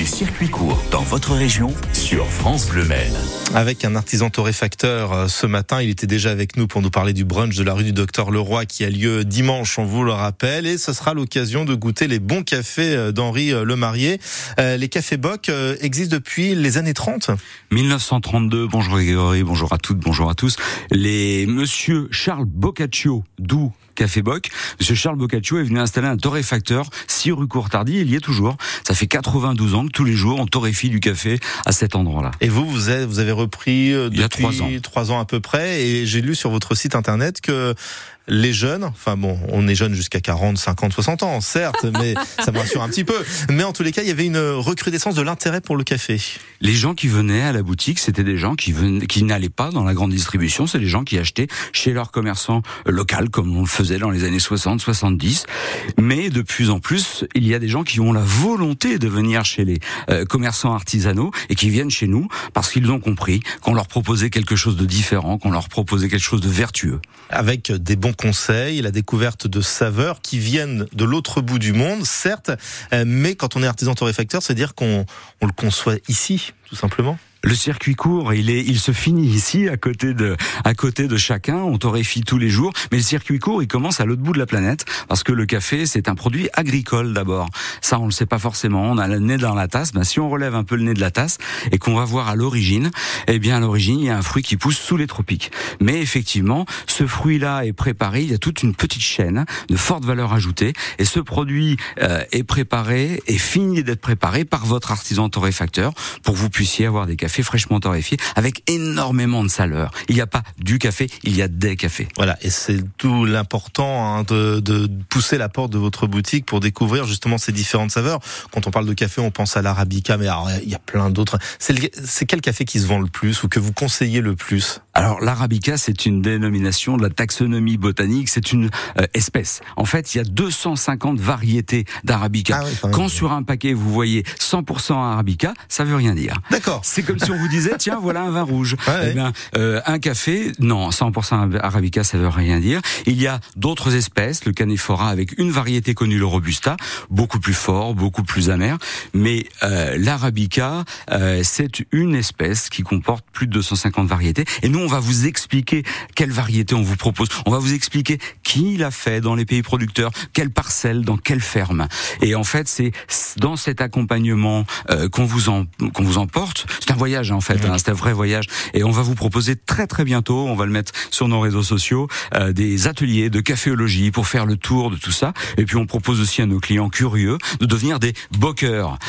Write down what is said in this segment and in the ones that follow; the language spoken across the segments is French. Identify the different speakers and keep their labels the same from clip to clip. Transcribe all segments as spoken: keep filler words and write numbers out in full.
Speaker 1: circuits courts dans votre région sur France Bleu Maine.
Speaker 2: Avec un artisan torréfacteur ce matin, il était déjà avec nous pour nous parler du brunch de la rue du Docteur Leroy qui a lieu dimanche, on vous le rappelle, et ce sera l'occasion de goûter les bons cafés d'Henri Lemarié. Les cafés Bock existent depuis les années trente.
Speaker 3: dix-neuf cent trente-deux, bonjour Grégory, bonjour à toutes, bonjour à tous. Les monsieur Charles Boccaccio, d'où Café Bock. Monsieur Charles Boccaccio est venu installer un torréfacteur six rue Courtardy, il y est toujours. Ça fait quatre-vingt-douze ans que tous les jours on torréfie du café à cet endroit-là.
Speaker 2: Et vous, vous avez, vous avez repris depuis
Speaker 3: il y a trois ans.
Speaker 2: trois ans à peu près, et j'ai lu sur votre site internet que les jeunes, enfin bon, on est jeunes jusqu'à quarante, cinquante, soixante ans, certes, mais ça me rassure un petit peu. Mais en tous les cas, il y avait une recrudescence de l'intérêt pour le café.
Speaker 3: Les gens qui venaient à la boutique, c'était des gens qui venaient, qui n'allaient pas dans la grande distribution, c'est des gens qui achetaient chez leur commerçant local, comme on le faisait dans les années soixante, soixante-dix. Mais de plus en plus, il y a des gens qui ont la volonté de venir chez les euh, commerçants artisanaux et qui viennent chez nous parce qu'ils ont compris qu'on leur proposait quelque chose de différent, qu'on leur proposait quelque chose de vertueux.
Speaker 2: Avec des bons conseils, la découverte de saveurs qui viennent de l'autre bout du monde, certes, mais quand on est artisan torréfacteur, c'est dire qu'on on le conçoit ici, tout simplement.
Speaker 3: Le circuit court, il est, il se finit ici, à côté de, à côté de chacun. On torréfie tous les jours. Mais le circuit court, il commence à l'autre bout de la planète. Parce que le café, c'est un produit agricole d'abord. Ça, on le sait pas forcément. On a le nez dans la tasse. Ben, si on relève un peu le nez de la tasse et qu'on va voir à l'origine, eh bien, à l'origine, il y a un fruit qui pousse sous les tropiques. Mais effectivement, ce fruit-là est préparé. Il y a toute une petite chaîne de forte valeur ajoutée. Et ce produit euh, est préparé, est fini d'être préparé par votre artisan torréfacteur pour que vous puissiez avoir des cafés fraîchement torréfié avec énormément de saveur. Il n'y a pas du café, il y a des cafés.
Speaker 2: Voilà, et c'est tout l'important hein, de, de pousser la porte de votre boutique pour découvrir justement ces différentes saveurs. Quand on parle de café, on pense à l'arabica, mais alors, il y a plein d'autres. C'est, le, c'est quel café qui se vend le plus ou que vous conseillez le plus ?
Speaker 3: Alors l'arabica, c'est une dénomination de la taxonomie botanique, c'est une euh, espèce. En fait, il y a deux cent cinquante variétés d'arabica. Ah oui, quand, quand sur un paquet vous voyez cent pour cent arabica, ça veut rien dire.
Speaker 2: D'accord.
Speaker 3: C'est comme si on vous disait tiens, voilà un vin rouge.
Speaker 2: Ouais,
Speaker 3: eh bien, euh, un café, non, cent pour cent arabica, ça veut rien dire. Il y a d'autres espèces, le canephora avec une variété connue, le robusta, beaucoup plus fort, beaucoup plus amer. Mais euh, l'arabica, euh, c'est une espèce qui comporte plus de deux cent cinquante variétés. Et nous, on va vous expliquer quelle variété on vous propose. On va vous expliquer qui l'a fait dans les pays producteurs, quelle parcelle, dans quelle ferme. Et en fait, c'est dans cet accompagnement euh, qu'on vous en qu'on vous emporte. C'est un voyage en fait, mmh. hein, c'est un vrai voyage. Et on va vous proposer très très bientôt, on va le mettre sur nos réseaux sociaux, euh, des ateliers de caféologie pour faire le tour de tout ça. Et puis on propose aussi à nos clients curieux de devenir des bockers.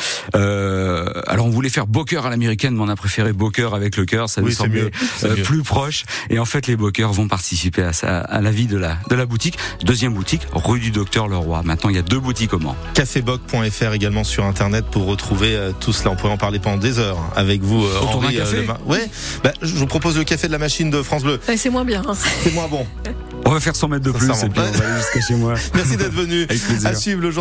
Speaker 3: Euh, alors on voulait faire bocker à l'américaine, mais on a préféré bocker avec le cœur, ça nous oui, semblait euh, plus proche. Et en fait, les bockers vont participer à, ça, à la vie de la, de la boutique. Deuxième boutique, rue du Docteur Leroy. Maintenant, il y a deux boutiques au Mans.
Speaker 2: café bock point f r également sur Internet pour retrouver euh, tout cela. On pourrait en parler pendant des heures avec vous, euh, Henri.
Speaker 3: Euh,
Speaker 2: Ma... Ouais, bah, je vous propose le café de la machine de France Bleu.
Speaker 4: Ouais, c'est moins bien. Hein.
Speaker 2: C'est moins bon.
Speaker 3: On va faire cent mètres de plus et puis on va aller jusqu'à chez moi.
Speaker 2: Merci d'être venu. À suivre le